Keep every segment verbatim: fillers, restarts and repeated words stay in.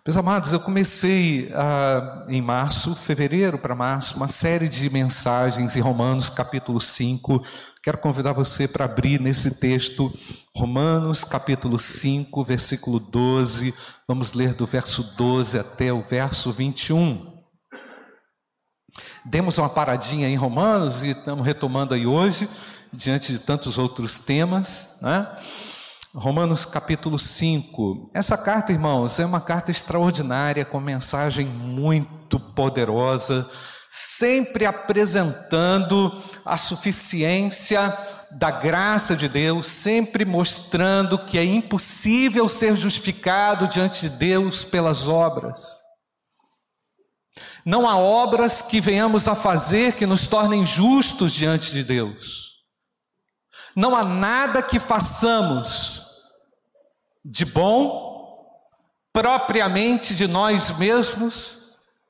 Meus amados, eu comecei ah, em março, fevereiro para março, uma série de mensagens em Romanos capítulo cinco. Quero convidar você para abrir nesse texto, Romanos capítulo cinco, versículo doze. Vamos ler do verso doze até o verso vinte e um. Demos uma paradinha em Romanos e estamos retomando aí hoje, diante de tantos outros temas, né? Romanos capítulo cinco. Essa carta, irmãos, é uma carta extraordinária, com mensagem muito poderosa, sempre apresentando a suficiência da graça de Deus, sempre mostrando que é impossível ser justificado diante de Deus pelas obras. Não há obras que venhamos a fazer que nos tornem justos diante de Deus. Não há nada que façamos de bom, propriamente de nós mesmos,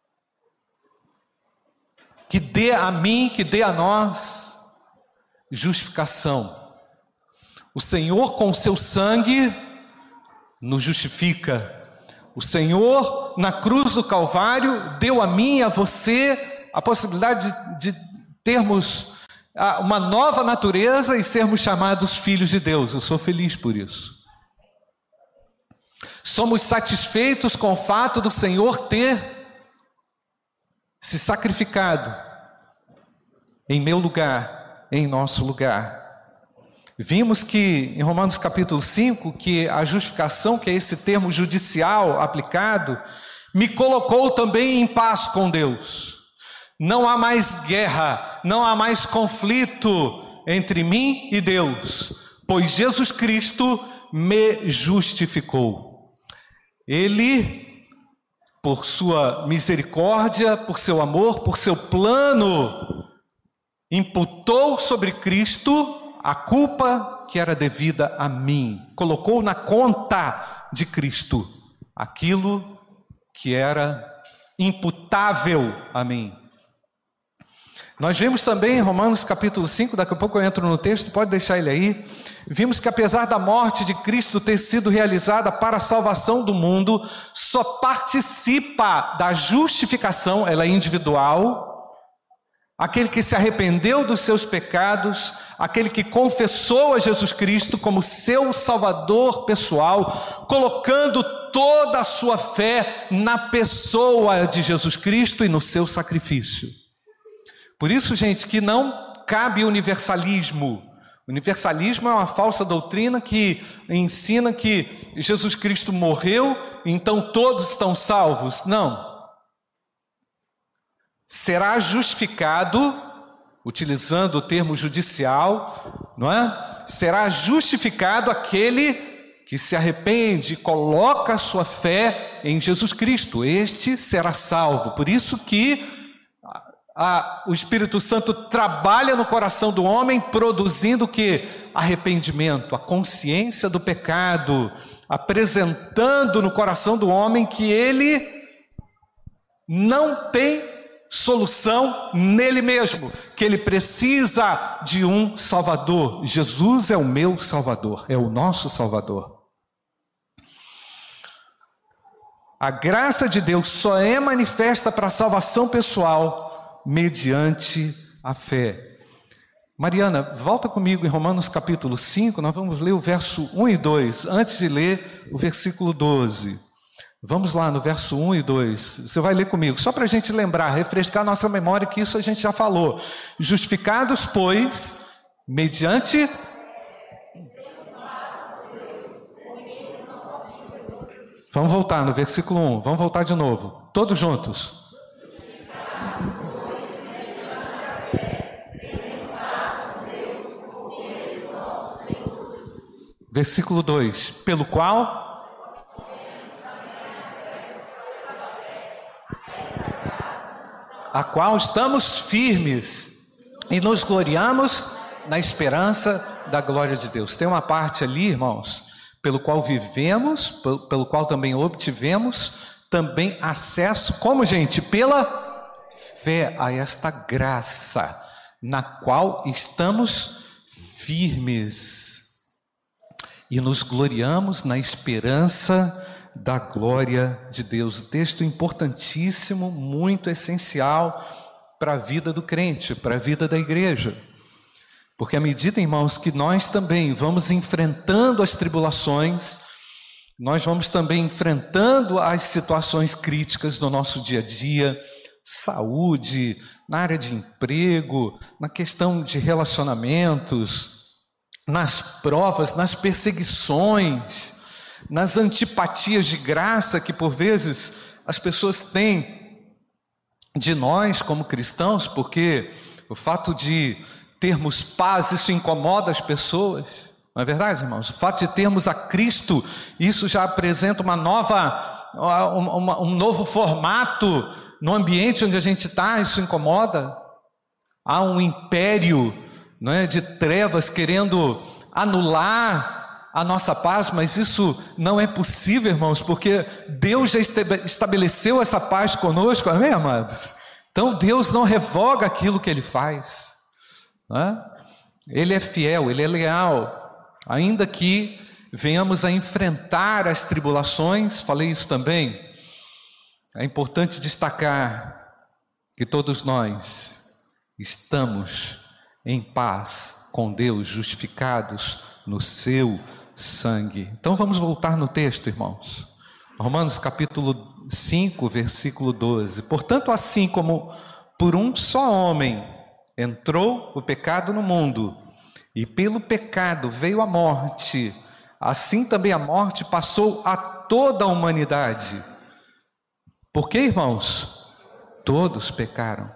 que dê a mim, que dê a nós justificação. O Senhor, com o seu sangue, nos justifica. O Senhor, na cruz do Calvário, deu a mim e a você a possibilidade de, de termos uma nova natureza e sermos chamados filhos de Deus. Eu sou feliz por isso. Somos satisfeitos com o fato do Senhor ter se sacrificado em meu lugar, em nosso lugar. Vimos que em Romanos capítulo cinco, que a justificação, que é esse termo judicial aplicado, me colocou também em paz com Deus. Não há mais guerra, não há mais conflito entre mim e Deus, pois Jesus Cristo me justificou. Ele, por sua misericórdia, por seu amor, por seu plano, imputou sobre Cristo a culpa que era devida a mim. Colocou na conta de Cristo aquilo que era imputável a mim. Nós vimos também em Romanos capítulo cinco, daqui a pouco eu entro no texto, pode deixar ele aí. Vimos que apesar da morte de Cristo ter sido realizada para a salvação do mundo, só participa da justificação, ela é individual, aquele que se arrependeu dos seus pecados, aquele que confessou a Jesus Cristo como seu Salvador pessoal, colocando toda a sua fé na pessoa de Jesus Cristo e no seu sacrifício. Por isso, gente, que não cabe universalismo. Universalismo é uma falsa doutrina que ensina que Jesus Cristo morreu, então todos estão salvos. Não. Será justificado, utilizando o termo judicial, não é? Será justificado aquele que se arrepende e coloca a sua fé em Jesus Cristo. Este será salvo. Por isso que Ah, o Espírito Santo trabalha no coração do homem, produzindo o que? Arrependimento, a consciência do pecado, apresentando no coração do homem que ele não tem solução nele mesmo, que ele precisa de um Salvador. Jesus é o meu Salvador, é o nosso Salvador. A graça de Deus só é manifesta para a salvação pessoal mediante a fé. Mariana, volta comigo em Romanos capítulo cinco, nós vamos ler o verso um e dois, antes de ler o versículo doze. Vamos lá no verso um e dois, você vai ler comigo, só para a gente lembrar, refrescar nossa memória, que isso a gente já falou. Justificados, pois, mediante... Vamos voltar no versículo um, vamos voltar de novo, todos juntos. Versículo dois, pelo qual a qual estamos firmes e nos gloriamos na esperança da glória de Deus. Tem uma parte ali, irmãos, pelo qual vivemos, pelo, pelo qual também obtivemos também acesso, como gente? Pela fé a esta graça, na qual estamos firmes. E nos gloriamos na esperança da glória de Deus. Texto importantíssimo, muito essencial para a vida do crente, para a vida da igreja. Porque à medida, irmãos, que nós também vamos enfrentando as tribulações, nós vamos também enfrentando as situações críticas do nosso dia a dia, saúde, na área de emprego, na questão de relacionamentos, nas provas, nas perseguições, nas antipatias de graça que por vezes as pessoas têm de nós como cristãos, porque o fato de termos paz, isso incomoda as pessoas, não é verdade, irmãos? O fato de termos a Cristo, isso já apresenta uma nova, uma, um novo formato no ambiente onde a gente está, isso incomoda. Há um império, não é, de trevas querendo anular a nossa paz, mas isso não é possível, irmãos, porque Deus já estabeleceu essa paz conosco, amém, amados? Então Deus não revoga aquilo que Ele faz, não é? Ele é fiel, Ele é leal, ainda que venhamos a enfrentar as tribulações. Falei isso também. É importante destacar que todos nós estamos em paz com Deus, justificados no seu sangue. Então vamos voltar no texto, irmãos. Romanos capítulo cinco, versículo doze. Portanto, assim como por um só homem entrou o pecado no mundo, e pelo pecado veio a morte, assim também a morte passou a toda a humanidade. Por quê, irmãos? Todos pecaram.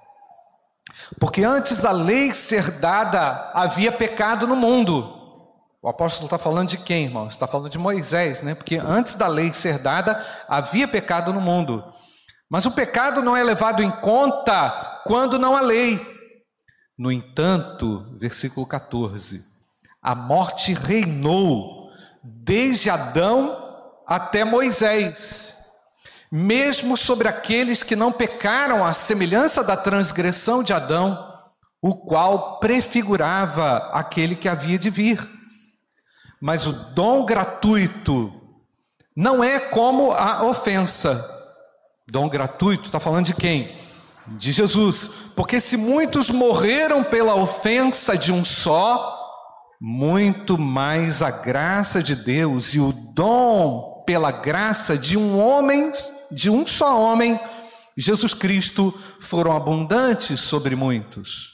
Porque antes da lei ser dada, havia pecado no mundo. O apóstolo está falando de quem, irmãos? Está falando de Moisés, né? Porque antes da lei ser dada, havia pecado no mundo. Mas o pecado não é levado em conta quando não há lei. No entanto, versículo catorze, a morte reinou desde Adão até Moisés, mesmo sobre aqueles que não pecaram, à semelhança da transgressão de Adão, o qual prefigurava aquele que havia de vir. Mas o dom gratuito não é como a ofensa. Dom gratuito, está falando de quem? De Jesus. Porque se muitos morreram pela ofensa de um só, muito mais a graça de Deus e o dom pela graça de um homem, de um só homem, Jesus Cristo, foram abundantes sobre muitos.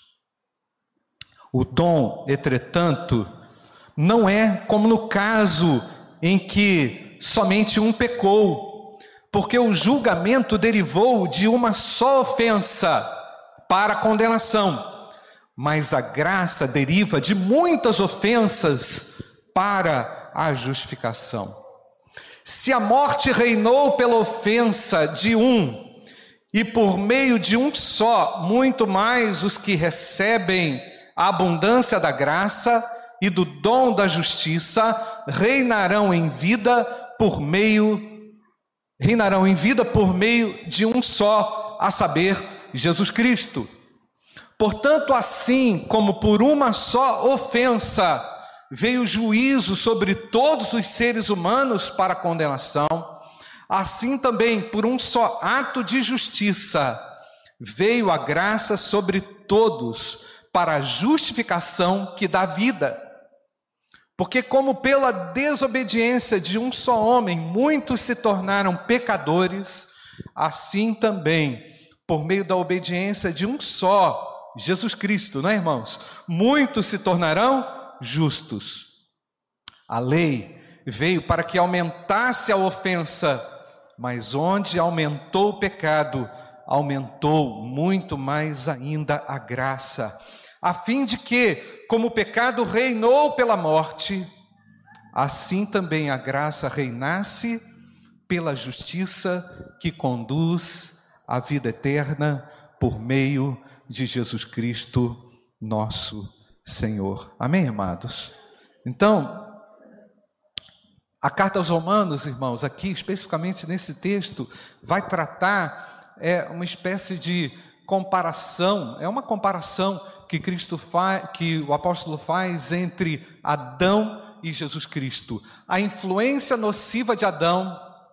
O dom, entretanto, não é como no caso em que somente um pecou, porque o julgamento derivou de uma só ofensa para a condenação, mas a graça deriva de muitas ofensas para a justificação. Se a morte reinou pela ofensa de um, e por meio de um só, muito mais os que recebem a abundância da graça e do dom da justiça reinarão em vida por meio, reinarão em vida por meio de um só, a saber, Jesus Cristo. Portanto, assim como por uma só ofensa veio juízo sobre todos os seres humanos para condenação, assim também por um só ato de justiça veio a graça sobre todos para a justificação que dá vida. Porque como pela desobediência de um só homem muitos se tornaram pecadores, assim também por meio da obediência de um só, Jesus Cristo, não é, irmãos? Muitos se tornarão justos. A lei veio para que aumentasse a ofensa, mas onde aumentou o pecado, aumentou muito mais ainda a graça, a fim de que, como o pecado reinou pela morte, assim também a graça reinasse pela justiça que conduz à vida eterna por meio de Jesus Cristo, nosso Senhor. Amém, amados? Então, a carta aos Romanos, irmãos, aqui especificamente nesse texto, vai tratar é, uma espécie de comparação, é uma comparação que Cristo faz, que o apóstolo faz entre Adão e Jesus Cristo. A influência nociva de Adão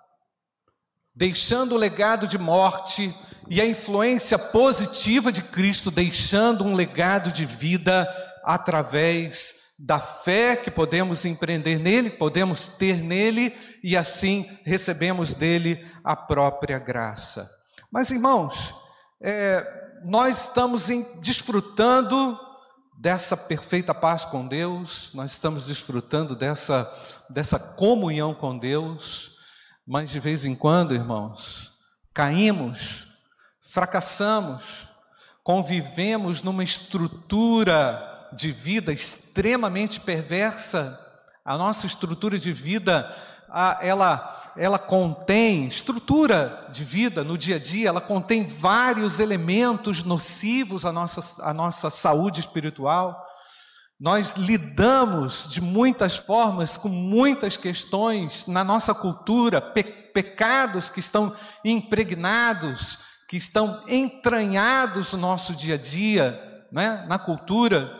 deixando o legado de morte, e a influência positiva de Cristo, deixando um legado de vida através da fé que podemos empreender nele, podemos ter nele, e assim recebemos dele a própria graça. Mas, irmãos, é, nós estamos em, desfrutando dessa perfeita paz com Deus, nós estamos desfrutando dessa, dessa comunhão com Deus, mas de vez em quando, irmãos, caímos, fracassamos, convivemos numa estrutura de vida extremamente perversa. A nossa estrutura de vida, ela, ela contém, estrutura de vida no dia a dia, ela contém vários elementos nocivos à nossa, à nossa saúde espiritual. Nós lidamos de muitas formas com muitas questões na nossa cultura, pe- pecados que estão impregnados, que estão entranhados no nosso dia a dia, né? Na cultura.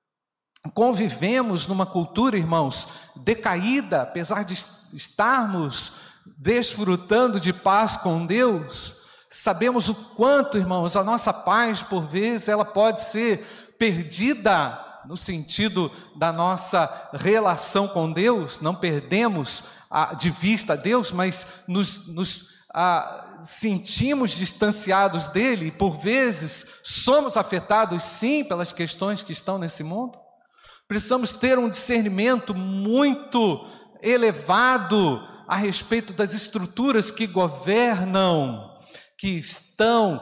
Convivemos numa cultura, irmãos, decaída, apesar de estarmos desfrutando de paz com Deus. Sabemos o quanto, irmãos, a nossa paz, por vezes, ela pode ser perdida no sentido da nossa relação com Deus. Não perdemos a, de vista a Deus, mas nos, nos a, sentimos distanciados dele, e por vezes somos afetados sim pelas questões que estão nesse mundo. Precisamos ter um discernimento muito elevado a respeito das estruturas que governam, que estão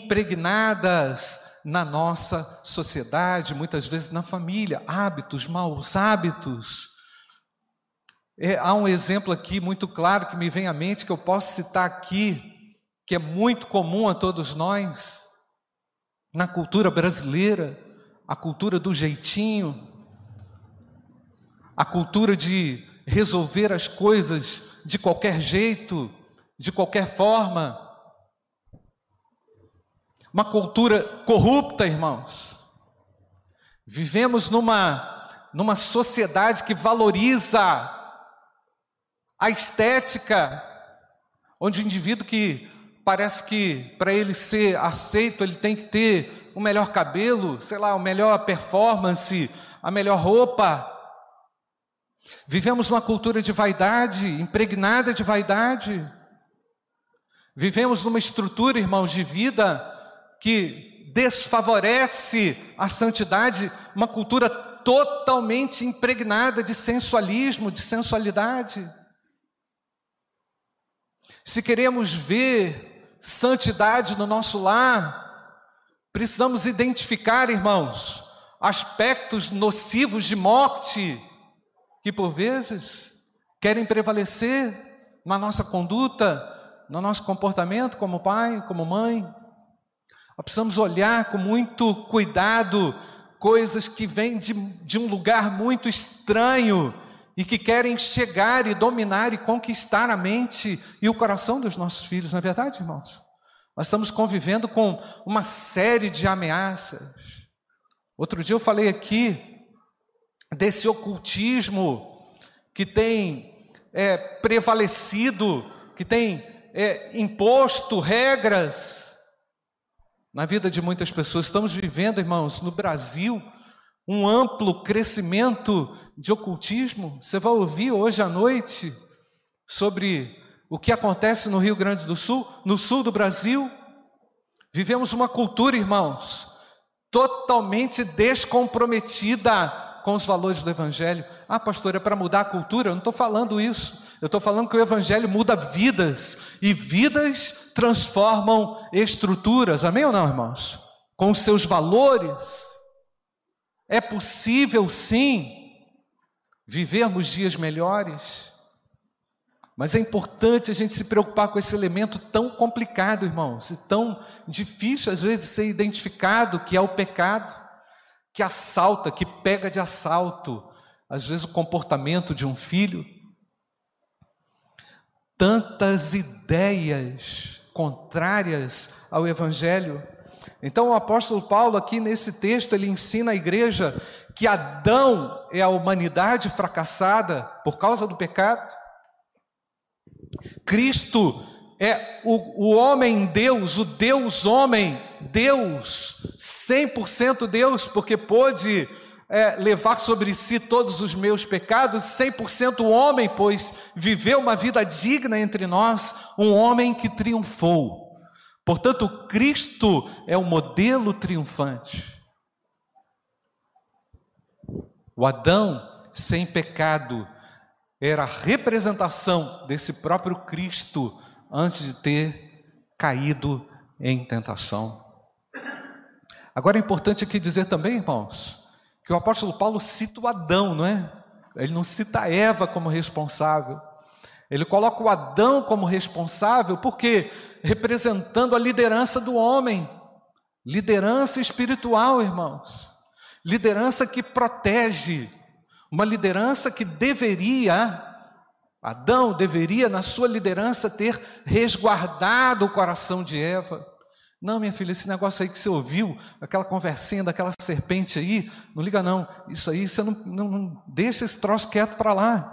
impregnadas na nossa sociedade, muitas vezes na família, hábitos, maus hábitos. É, há um exemplo aqui muito claro que me vem à mente, que eu posso citar aqui, que é muito comum a todos nós, na cultura brasileira, a cultura do jeitinho, a cultura de resolver as coisas de qualquer jeito, de qualquer forma. Uma cultura corrupta, irmãos. Vivemos numa, numa sociedade que valoriza a estética, onde o indivíduo que parece que para ele ser aceito, ele tem que ter o melhor cabelo, sei lá, a melhor performance, a melhor roupa. Vivemos uma cultura de vaidade, impregnada de vaidade. Vivemos numa estrutura, irmãos, de vida que desfavorece a santidade, uma cultura totalmente impregnada de sensualismo, de sensualidade. Se queremos ver santidade no nosso lar, precisamos identificar, irmãos, aspectos nocivos de morte, que por vezes querem prevalecer na nossa conduta, no nosso comportamento como pai, como mãe. Nós precisamos olhar com muito cuidado coisas que vêm de, de um lugar muito estranho e que querem chegar e dominar e conquistar a mente e o coração dos nossos filhos, não é verdade, irmãos? Nós estamos convivendo com uma série de ameaças. Outro dia eu falei aqui desse ocultismo que tem é, prevalecido, que tem é, imposto regras na vida de muitas pessoas. Estamos vivendo, irmãos, no Brasil, um amplo crescimento de ocultismo. Você vai ouvir hoje à noite sobre o que acontece no Rio Grande do Sul, no sul do Brasil. Vivemos uma cultura, irmãos, totalmente descomprometida com os valores do Evangelho. Ah, pastor, é para mudar a cultura? Eu não estou falando isso. Eu estou falando que o Evangelho muda vidas, e vidas transformam estruturas. Amém ou não, irmãos? Com os seus valores. É possível, sim, vivermos dias melhores, mas é importante a gente se preocupar com esse elemento tão complicado, irmãos, e tão difícil às vezes ser identificado, que é o pecado, que assalta, que pega de assalto, às vezes o comportamento de um filho. Tantas ideias contrárias ao Evangelho. Então o apóstolo Paulo aqui nesse texto, ele ensina a igreja que Adão é a humanidade fracassada por causa do pecado. Cristo é o, o homem Deus, o Deus homem, Deus, cem por cento Deus, porque pôde é, levar sobre si todos os meus pecados, cem por cento homem, pois viveu uma vida digna entre nós, um homem que triunfou. Portanto, Cristo é o modelo triunfante. O Adão sem pecado era a representação desse próprio Cristo antes de ter caído em tentação. Agora é importante aqui dizer também, irmãos, que o apóstolo Paulo cita o Adão, não é? Ele não cita a Eva como responsável. Ele coloca o Adão como responsável, porque representando a liderança do homem, liderança espiritual, irmãos, liderança que protege, uma liderança que deveria, Adão deveria na sua liderança ter resguardado o coração de Eva. Não, minha filha, esse negócio aí que você ouviu, aquela conversinha daquela serpente aí, não liga não, isso aí você não, não, não deixa esse troço quieto para lá.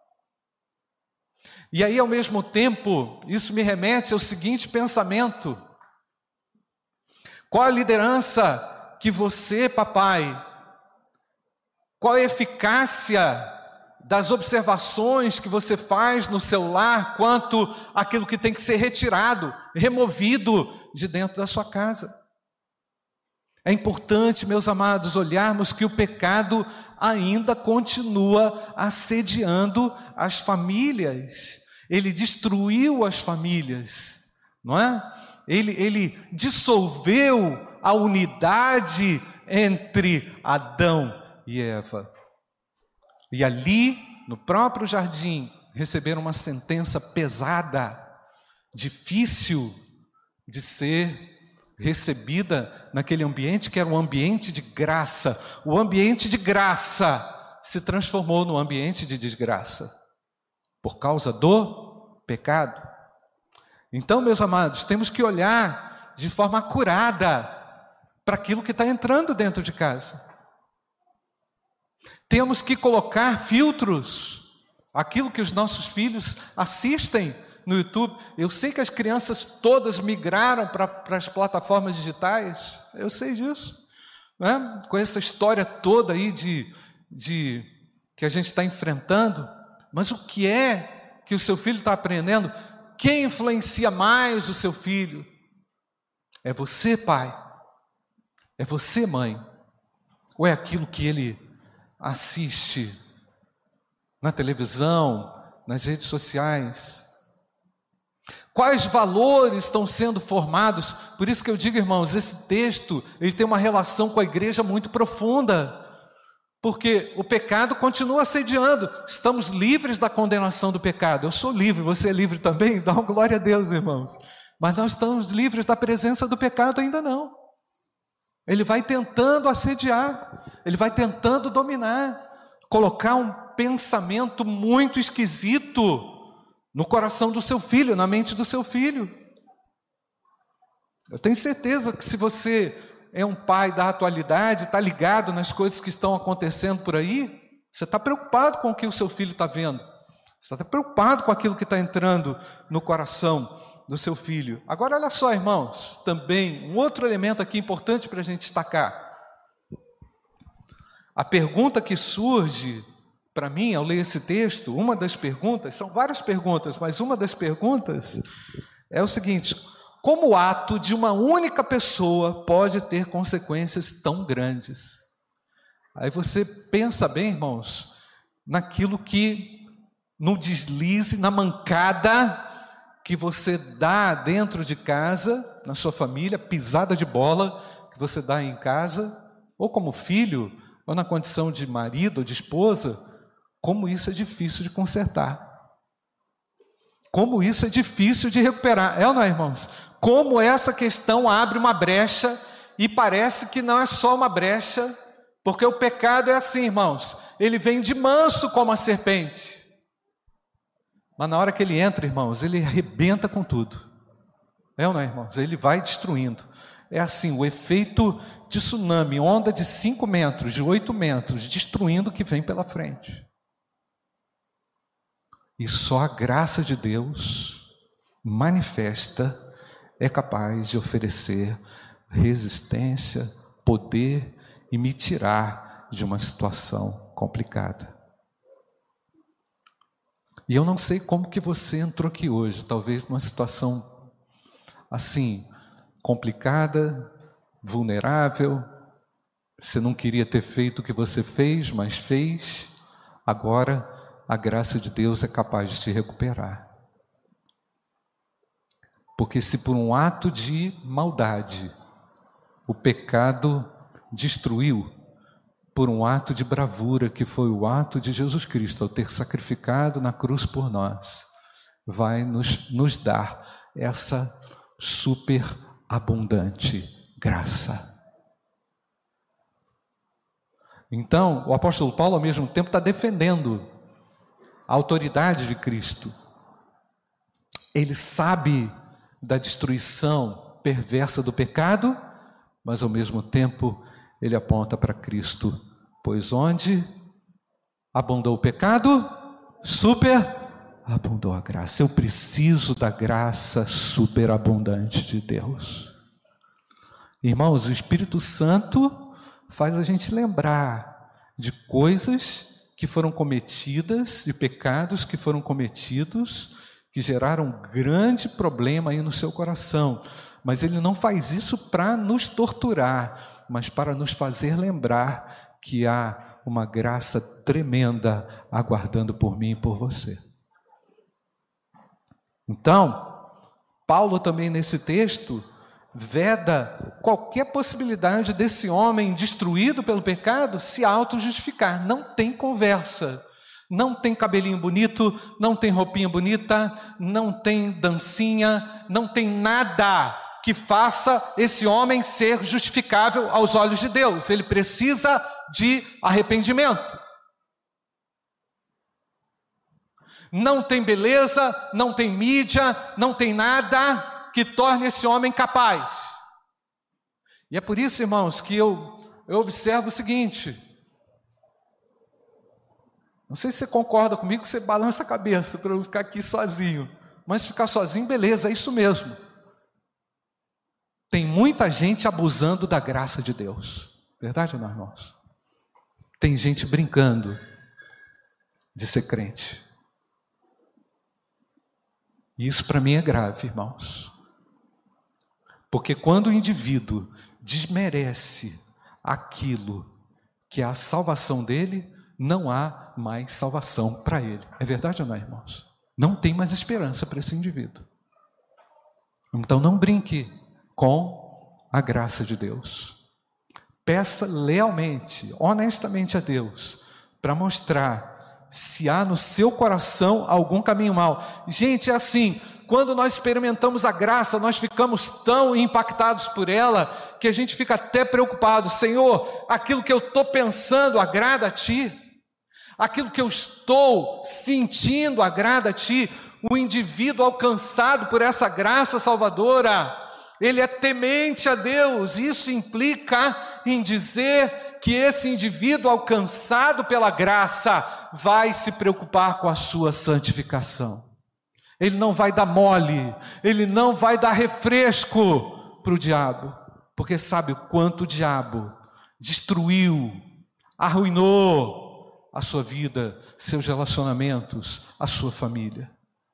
E aí, ao mesmo tempo, isso me remete ao seguinte pensamento: qual a liderança que você, papai, qual a eficácia das observações que você faz no celular quanto àquilo que tem que ser retirado, removido de dentro da sua casa? É importante, meus amados, olharmos que o pecado ainda continua assediando as famílias. Ele destruiu as famílias, não é? Ele, ele dissolveu a unidade entre Adão e Eva. E ali, no próprio jardim, receberam uma sentença pesada, difícil de ser recebida naquele ambiente que era um ambiente de graça. O ambiente de graça se transformou no ambiente de desgraça, por causa do pecado. Então, meus amados, temos que olhar de forma acurada para aquilo que está entrando dentro de casa. Temos que colocar filtros, aquilo que os nossos filhos assistem no YouTube. Eu sei que as crianças todas migraram para, para as plataformas digitais, eu sei disso, né? Com essa história toda aí de, de que a gente está enfrentando. Mas o que é que o seu filho está aprendendo? Quem influencia mais o seu filho? É você, pai? É você, mãe? Ou é aquilo que ele assiste na televisão, nas redes sociais? Quais valores estão sendo formados? Por isso que eu digo, irmãos, esse texto ele tem uma relação com a igreja muito profunda. Porque o pecado continua assediando. Estamos livres da condenação do pecado. Eu sou livre, você é livre também? Dá uma glória a Deus, irmãos. Mas nós estamos livres da presença do pecado ainda não. Ele vai tentando assediar, ele vai tentando dominar, colocar um pensamento muito esquisito no coração do seu filho, na mente do seu filho. Eu tenho certeza que se você é um pai da atualidade, está ligado nas coisas que estão acontecendo por aí, você está preocupado com o que o seu filho está vendo, você está preocupado com aquilo que está entrando no coração do seu filho. Agora olha só, irmãos, também um outro elemento aqui importante para a gente destacar. A pergunta que surge para mim ao ler esse texto, uma das perguntas, são várias perguntas, mas uma das perguntas é o seguinte: como o ato de uma única pessoa pode ter consequências tão grandes? Aí você pensa bem, irmãos, naquilo que, no deslize, na mancada que você dá dentro de casa, na sua família, pisada de bola que você dá em casa, ou como filho, ou na condição de marido ou de esposa, como isso é difícil de consertar. Como isso é difícil de recuperar. É ou não é, irmãos? Como essa questão abre uma brecha, e parece que não é só uma brecha, porque o pecado é assim, irmãos, ele vem de manso como a serpente, mas na hora que ele entra, irmãos, ele arrebenta com tudo. É ou não é, irmãos? Ele vai destruindo. É assim, o efeito de tsunami, onda de cinco metros, de oito metros, destruindo o que vem pela frente. E só a graça de Deus manifesta é capaz de oferecer resistência, poder e me tirar de uma situação complicada. E eu não sei como que você entrou aqui hoje, talvez numa situação assim, complicada, vulnerável. Você não queria ter feito o que você fez, mas fez. Agora a graça de Deus é capaz de te recuperar. Porque se por um ato de maldade o pecado destruiu, por um ato de bravura, que foi o ato de Jesus Cristo, ao ter sacrificado na cruz por nós, vai nos, nos dar essa super abundante graça. Então, o apóstolo Paulo, ao mesmo tempo, está defendendo a autoridade de Cristo. Ele sabe da destruição perversa do pecado, mas ao mesmo tempo ele aponta para Cristo, pois onde abundou o pecado, superabundou a graça. Eu preciso da graça superabundante de Deus. Irmãos, o Espírito Santo faz a gente lembrar de coisas que foram cometidas, de pecados que foram cometidos, que geraram um grande problema aí no seu coração. Mas Ele não faz isso para nos torturar, mas para nos fazer lembrar que há uma graça tremenda aguardando por mim e por você. Então, Paulo também nesse texto veda qualquer possibilidade desse homem destruído pelo pecado se auto-justificar. Não tem conversa, não tem cabelinho bonito, não tem roupinha bonita, não tem dancinha, não tem nada que faça esse homem ser justificável aos olhos de Deus. Ele precisa de arrependimento. Não tem beleza, não tem mídia, não tem nada que torne esse homem capaz. E é por isso, irmãos, que eu, eu observo o seguinte. Não sei se você concorda comigo, que você balança a cabeça para eu ficar aqui sozinho. Mas ficar sozinho, beleza, é isso mesmo. Tem muita gente abusando da graça de Deus. Verdade ou não, irmãos? Tem gente brincando de ser crente. E isso para mim é grave, irmãos. Porque quando o indivíduo desmerece aquilo que é a salvação dele, não há mais salvação para ele. É verdade ou não, irmãos? Não tem mais esperança para esse indivíduo. Então não brinque com a graça de Deus. Peça lealmente, honestamente a Deus, para mostrar se há no seu coração algum caminho mau. Gente, é assim, quando nós experimentamos a graça, nós ficamos tão impactados por ela, que a gente fica até preocupado. Senhor, aquilo que eu estou pensando agrada a Ti? Aquilo que eu estou sentindo agrada a Ti? O indivíduo alcançado por essa graça salvadora, ele é temente a Deus. Isso implica em dizer que esse indivíduo alcançado pela graça vai se preocupar com a sua santificação. Ele não vai dar mole, ele não vai dar refresco para o diabo, porque sabe o quanto o diabo destruiu, arruinou a sua vida, seus relacionamentos, a sua família.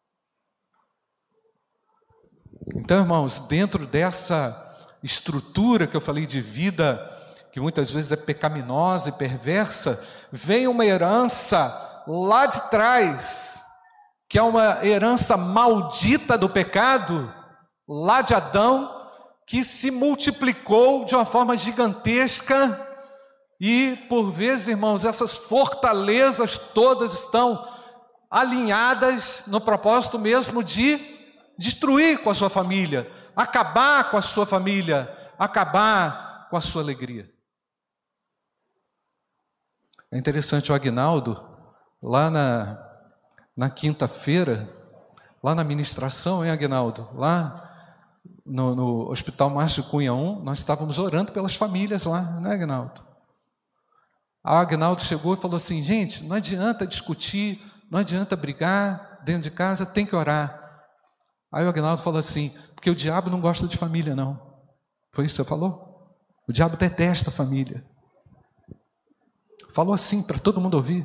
Então, irmãos, dentro dessa estrutura que eu falei de vida, que muitas vezes é pecaminosa e perversa, vem uma herança lá de trás, que é uma herança maldita do pecado, lá de Adão, que se multiplicou de uma forma gigantesca, e por vezes, irmãos, essas fortalezas todas estão alinhadas no propósito mesmo de destruir com a sua família, acabar com a sua família, acabar com a sua alegria. É interessante, o Aguinaldo, lá na, na quinta-feira, lá na ministração, hein, Aguinaldo? Lá no, no Hospital Márcio Cunha um, nós estávamos orando pelas famílias lá, né, Aguinaldo? O Aguinaldo chegou e falou assim: gente, não adianta discutir, não adianta brigar dentro de casa, tem que orar. Aí o Agnaldo falou assim, porque o diabo não gosta de família, não. Foi isso que você falou? O diabo detesta a família. Falou assim para todo mundo ouvir.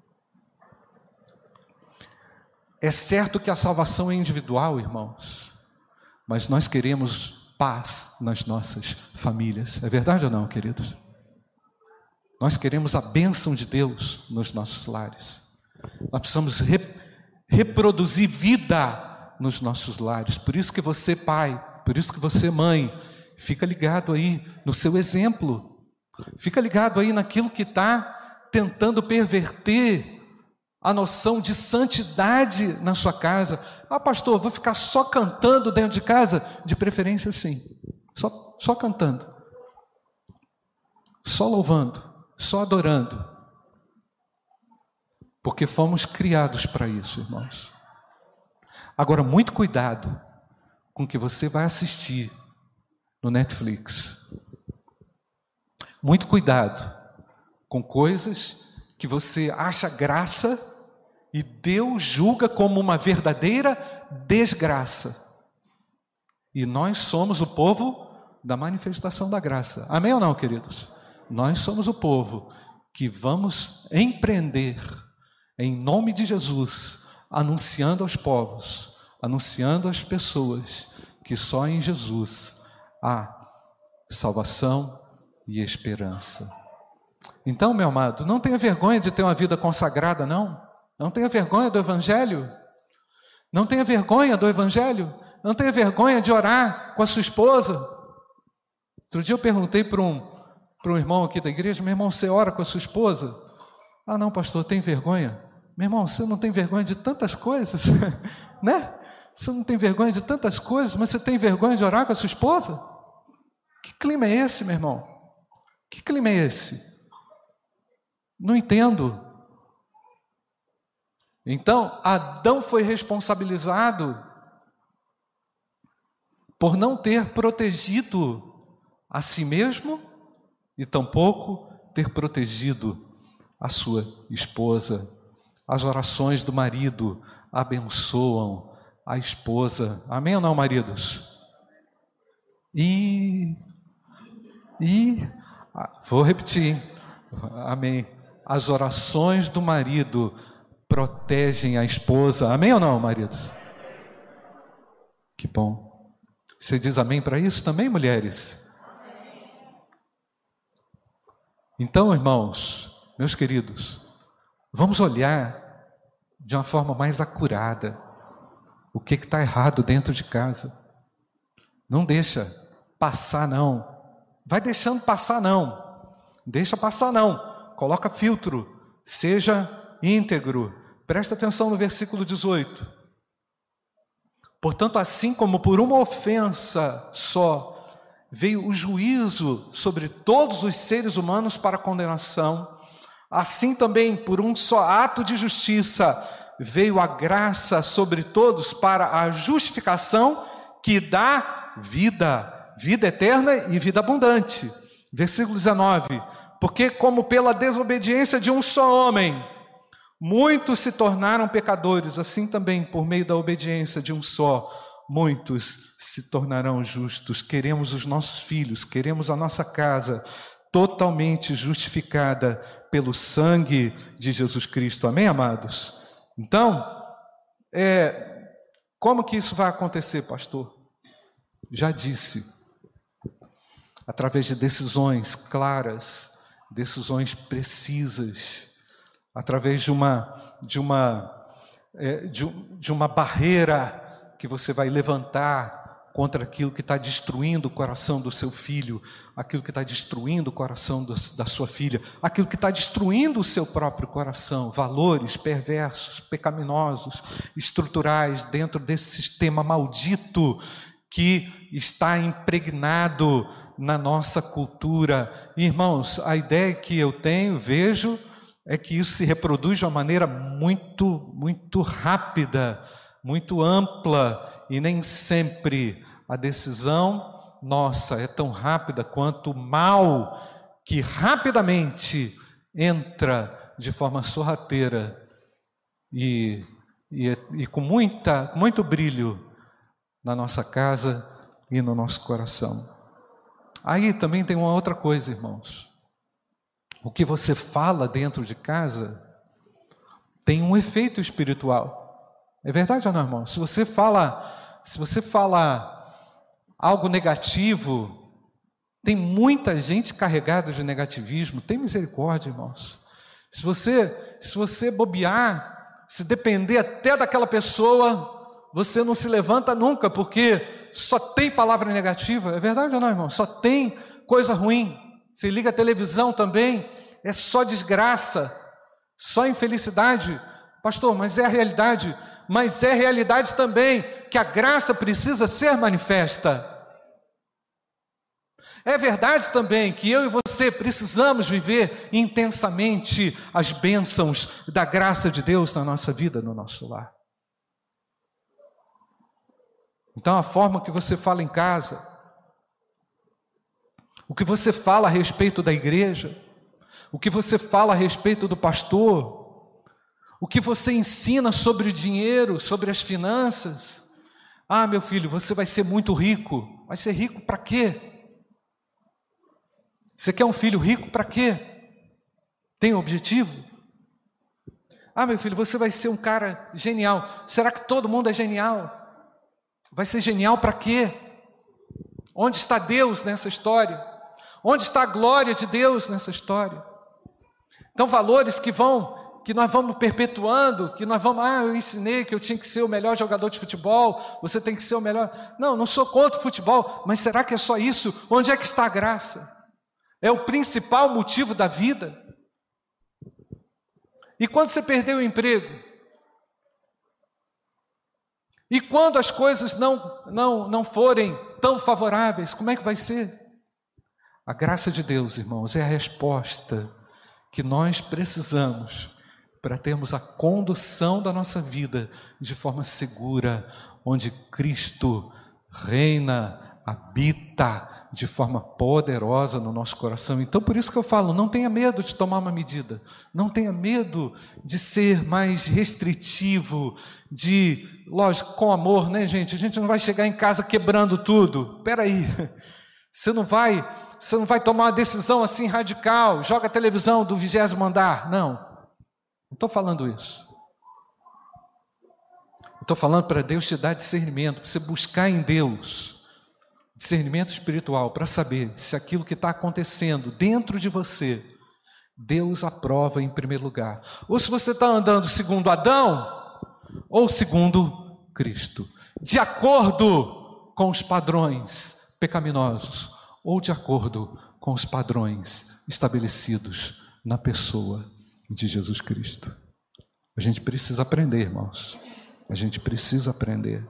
É certo que a salvação é individual, irmãos, mas nós queremos paz nas nossas famílias. É verdade ou não, queridos? Nós queremos a bênção de Deus nos nossos lares. Nós precisamos re, reproduzir vida nos nossos lares. Por isso que você, pai, por isso que você, mãe, fica ligado aí no seu exemplo. Fica ligado aí naquilo que está tentando perverter a noção de santidade na sua casa. Ah, pastor, vou ficar só cantando dentro de casa? De preferência, sim. Só, só cantando. Só louvando. Só adorando. Porque fomos criados para isso, irmãos. Agora, muito cuidado com o que você vai assistir no Netflix. Muito cuidado com coisas que você acha graça e Deus julga como uma verdadeira desgraça. E nós somos o povo da manifestação da graça. Amém ou não, queridos? Nós somos o povo que vamos empreender em nome de Jesus, anunciando aos povos, anunciando às pessoas que só em Jesus há salvação e esperança. Então, meu amado, não tenha vergonha de ter uma vida consagrada, não. Não tenha vergonha do Evangelho. Não tenha vergonha do Evangelho. Não tenha vergonha de orar com a sua esposa. Outro dia eu perguntei para um, para um irmão aqui da igreja, meu irmão, você ora com a sua esposa? Ah, não, pastor, tem vergonha? Meu irmão, você não tem vergonha de tantas coisas, né? Você não tem vergonha de tantas coisas, mas você tem vergonha de orar com a sua esposa? Que clima é esse, meu irmão? Que clima é esse? Não entendo. Então, Adão foi responsabilizado por não ter protegido a si mesmo e tampouco ter protegido a sua esposa. As orações do marido abençoam a esposa. Amém ou não, maridos? E, e vou repetir. Amém. As orações do marido protegem a esposa. Amém ou não, maridos? Que bom. Você diz amém para isso também, mulheres? Então, irmãos, meus queridos, vamos olhar de uma forma mais acurada o que está errado dentro de casa. Não deixa passar, não. Vai deixando passar, não. Deixa passar, não. Coloca filtro. Seja íntegro. Presta atenção no versículo dezoito. Portanto, assim como por uma ofensa só veio o juízo sobre todos os seres humanos para condenação, assim também por um só ato de justiça veio a graça sobre todos para a justificação que dá vida, vida eterna e vida abundante. Versículo dezenove. Porque como pela desobediência de um só homem, muitos se tornaram pecadores, assim também por meio da obediência de um só, muitos se tornarão justos. Queremos os nossos filhos, queremos a nossa casa totalmente justificada pelo sangue de Jesus Cristo. Amém, amados? Então, é, como que isso vai acontecer, pastor? Já disse, através de decisões claras, decisões precisas, através de uma, de uma, é, de, de uma barreira que você vai levantar contra aquilo que está destruindo o coração do seu filho, aquilo que está destruindo o coração do, da sua filha, aquilo que está destruindo o seu próprio coração, valores perversos, pecaminosos, estruturais dentro desse sistema maldito que está impregnado na nossa cultura. Irmãos, a ideia que eu tenho, vejo, é que isso se reproduz de uma maneira muito, muito rápida, muito ampla, e nem sempre a decisão nossa é tão rápida quanto o mal que rapidamente entra de forma sorrateira e, e, e com muita, muito brilho na nossa casa e no nosso coração. Aí também tem uma outra coisa, irmãos. O que você fala dentro de casa tem um efeito espiritual. É verdade ou não, irmão? Se você fala, se você fala algo negativo, tem muita gente carregada de negativismo. Tem misericórdia, irmãos. Se você, se você bobear, se depender até daquela pessoa, você não se levanta nunca, porque só tem palavra negativa. É verdade ou não, irmão? Só tem coisa ruim. Você liga a televisão também, é só desgraça, só infelicidade. Pastor, mas é a realidade. Mas é realidade também que a graça precisa ser manifesta. É verdade também que eu e você precisamos viver intensamente as bênçãos da graça de Deus na nossa vida, no nosso lar. Então a forma que você fala em casa, o que você fala a respeito da igreja, o que você fala a respeito do pastor, o que você ensina sobre o dinheiro, sobre as finanças. Ah, meu filho, você vai ser muito rico. Vai ser rico para quê? Você quer um filho rico para quê? Tem um objetivo? Ah, meu filho, você vai ser um cara genial. Será que todo mundo é genial? Vai ser genial para quê? Onde está Deus nessa história? Onde está a glória de Deus nessa história? Então, valores que vão, que nós vamos perpetuando, que nós vamos, ah, eu ensinei que eu tinha que ser o melhor jogador de futebol, você tem que ser o melhor. Não, não sou contra o futebol, mas será que é só isso? Onde é que está a graça? É o principal motivo da vida. E quando você perdeu o emprego? E quando as coisas não, não, não forem tão favoráveis, como é que vai ser? A graça de Deus, irmãos, é a resposta que nós precisamos para termos a condução da nossa vida de forma segura, onde Cristo reina, habita de forma poderosa no nosso coração. Então, por isso que eu falo, não tenha medo de tomar uma medida, não tenha medo de ser mais restritivo, de, lógico, com amor, né, gente? A gente não vai chegar em casa quebrando tudo. Espera aí, você não vai, você não vai tomar uma decisão assim radical, joga a televisão do vigésimo andar, não, não estou falando isso. Estou falando para Deus te dar discernimento, para você buscar em Deus discernimento espiritual, para saber se aquilo que está acontecendo dentro de você, Deus aprova em primeiro lugar, ou se você está andando segundo Adão, ou segundo Cristo, de acordo com os padrões pecaminosos, ou de acordo com os padrões estabelecidos na pessoa de Jesus Cristo. A gente precisa aprender, irmãos, a gente precisa aprender.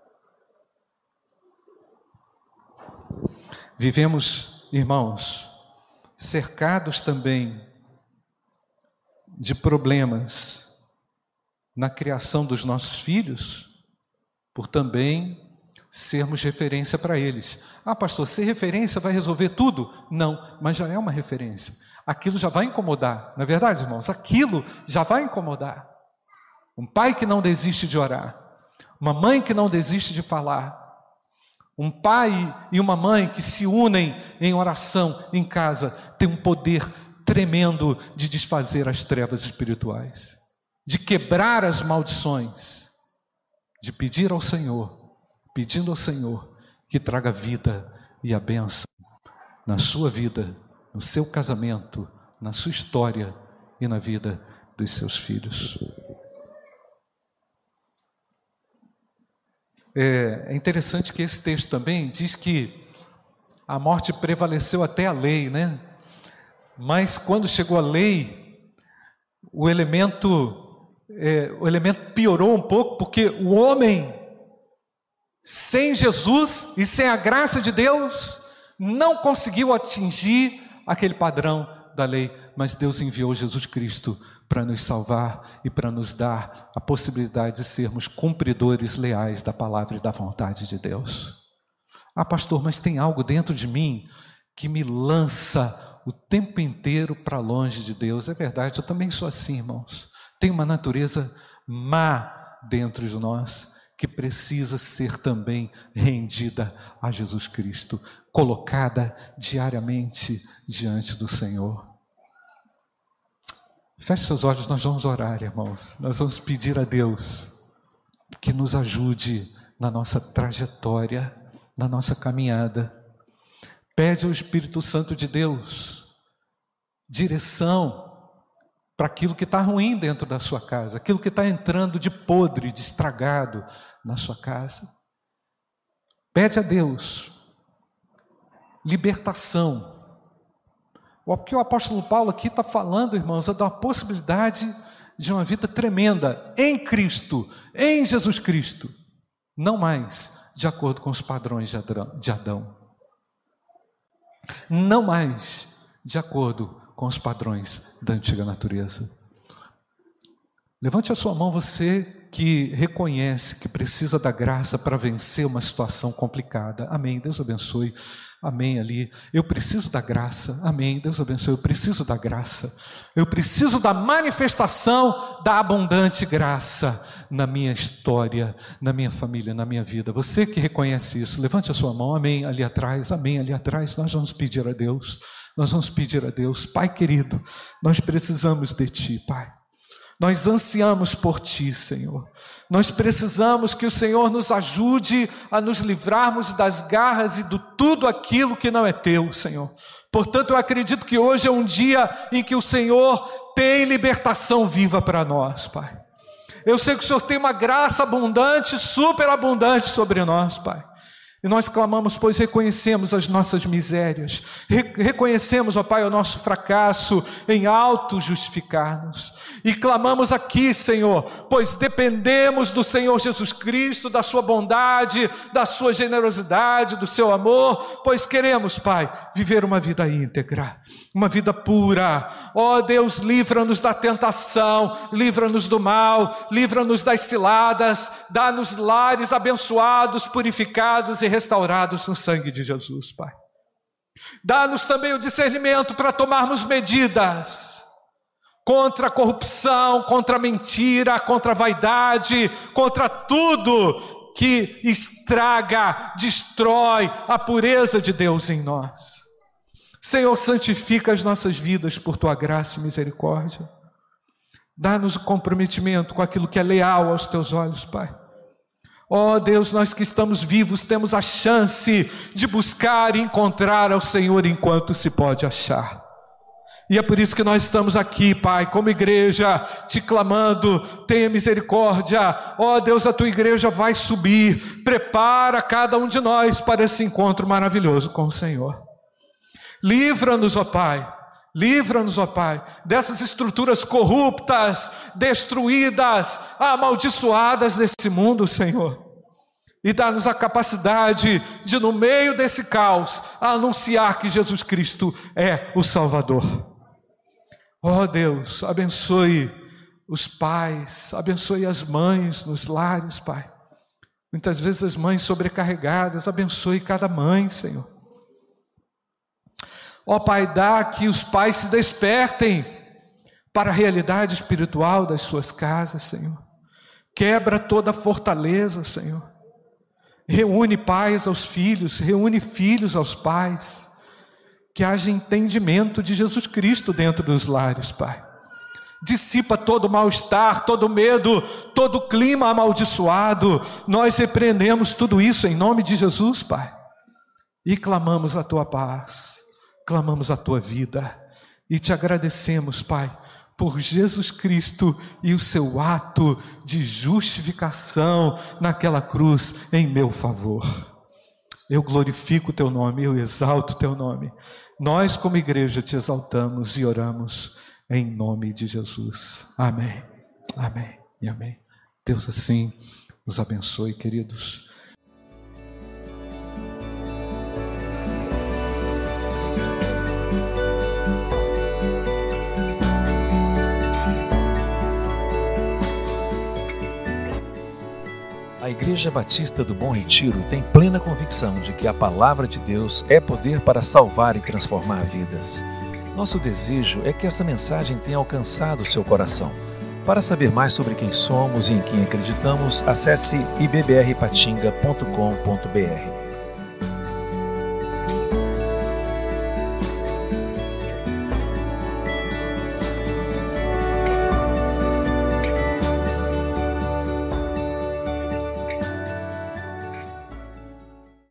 Vivemos, irmãos, cercados também de problemas na criação dos nossos filhos, por também sermos referência para eles. Ah, pastor, ser referência vai resolver tudo? Não, mas já é uma referência. Aquilo já vai incomodar, não é verdade, irmãos? Aquilo já vai incomodar. Um pai que não desiste de orar, uma mãe que não desiste de falar, um pai e uma mãe que se unem em oração em casa, tem um poder tremendo de desfazer as trevas espirituais, de quebrar as maldições, de pedir ao Senhor, pedindo ao Senhor que traga vida e a bênção na sua vida, no seu casamento, na sua história e na vida dos seus filhos. É interessante que esse texto também diz que a morte prevaleceu até a lei, né? Mas quando chegou a lei, o elemento, é, o elemento piorou um pouco, porque o homem, sem Jesus e sem a graça de Deus, não conseguiu atingir aquele padrão da lei, mas Deus enviou Jesus Cristo para nos salvar e para nos dar a possibilidade de sermos cumpridores leais da palavra e da vontade de Deus. Ah, pastor, mas tem algo dentro de mim que me lança o tempo inteiro para longe de Deus. É verdade, eu também sou assim, irmãos. Tem uma natureza má dentro de nós que precisa ser também rendida a Jesus Cristo, colocada diariamente diante do Senhor. Feche seus olhos, nós vamos orar, irmãos. Nós vamos pedir a Deus que nos ajude na nossa trajetória, na nossa caminhada. Pede ao Espírito Santo de Deus direção para aquilo que está ruim dentro da sua casa, aquilo que está entrando de podre, de estragado na sua casa. Pede a Deus libertação. O que o apóstolo Paulo aqui está falando, irmãos, é da possibilidade de uma vida tremenda em Cristo, em Jesus Cristo, não mais de acordo com os padrões de Adão, não mais de acordo com os padrões da antiga natureza. Levante a sua mão, você que reconhece que precisa da graça para vencer uma situação complicada. Amém, Deus abençoe. Amém, ali, eu preciso da graça. Amém, Deus abençoe, eu preciso da graça. Eu preciso da manifestação da abundante graça na minha história, na minha família, na minha vida. Você que reconhece isso, levante a sua mão. Amém, ali atrás, amém, ali atrás. Nós vamos pedir a Deus, nós vamos pedir a Deus. Pai querido, nós precisamos de Ti, Pai. Nós ansiamos por Ti, Senhor. Nós precisamos que o Senhor nos ajude a nos livrarmos das garras e de tudo aquilo que não é Teu, Senhor. Portanto, eu acredito que hoje é um dia em que o Senhor tem libertação viva para nós, Pai. Eu sei que o Senhor tem uma graça abundante, superabundante sobre nós, Pai. E nós clamamos, pois reconhecemos as nossas misérias, Re- reconhecemos, ó Pai, o nosso fracasso em auto-justificar-nos. E clamamos aqui, Senhor, pois dependemos do Senhor Jesus Cristo, da sua bondade, da sua generosidade, do seu amor, pois queremos, Pai, viver uma vida íntegra, uma vida pura. Ó Deus, livra-nos da tentação, livra-nos do mal, livra-nos das ciladas, dá-nos lares abençoados, purificados e restaurados no sangue de Jesus, Pai. Dá-nos também o discernimento para tomarmos medidas contra a corrupção, contra a mentira, contra a vaidade, contra tudo que estraga, destrói a pureza de Deus em nós. Senhor, santifica as nossas vidas por Tua graça e misericórdia. Dá-nos o comprometimento com aquilo que é leal aos Teus olhos, Pai. Ó oh, Deus, nós que estamos vivos temos a chance de buscar e encontrar ao Senhor enquanto se pode achar. E é por isso que nós estamos aqui, Pai, como igreja, te clamando, tenha misericórdia. Ó oh, Deus, a Tua igreja vai subir, prepara cada um de nós para esse encontro maravilhoso com o Senhor. Livra-nos, ó Pai, livra-nos, ó Pai, dessas estruturas corruptas, destruídas, amaldiçoadas desse mundo, Senhor. E dá-nos a capacidade de, no meio desse caos, anunciar que Jesus Cristo é o Salvador. Ó Deus, abençoe os pais, abençoe as mães nos lares, Pai. Muitas vezes as mães sobrecarregadas, abençoe cada mãe, Senhor. Ó Pai, dá que os pais se despertem para a realidade espiritual das suas casas, Senhor. Quebra toda a fortaleza, Senhor. Reúne pais aos filhos, reúne filhos aos pais. Que haja entendimento de Jesus Cristo dentro dos lares, Pai. Dissipa todo o mal-estar, todo o medo, todo o clima amaldiçoado. Nós repreendemos tudo isso em nome de Jesus, Pai. E clamamos a Tua paz. Clamamos a Tua vida e te agradecemos, Pai, por Jesus Cristo e o seu ato de justificação naquela cruz em meu favor. Eu glorifico o Teu nome, eu exalto o Teu nome. Nós como igreja te exaltamos e oramos em nome de Jesus. Amém, amém e amém. Deus assim nos abençoe, queridos. A Igreja Batista do Bom Retiro tem plena convicção de que a Palavra de Deus é poder para salvar e transformar vidas. Nosso desejo é que essa mensagem tenha alcançado o seu coração. Para saber mais sobre quem somos e em quem acreditamos, acesse i b b r patinga ponto com ponto b r.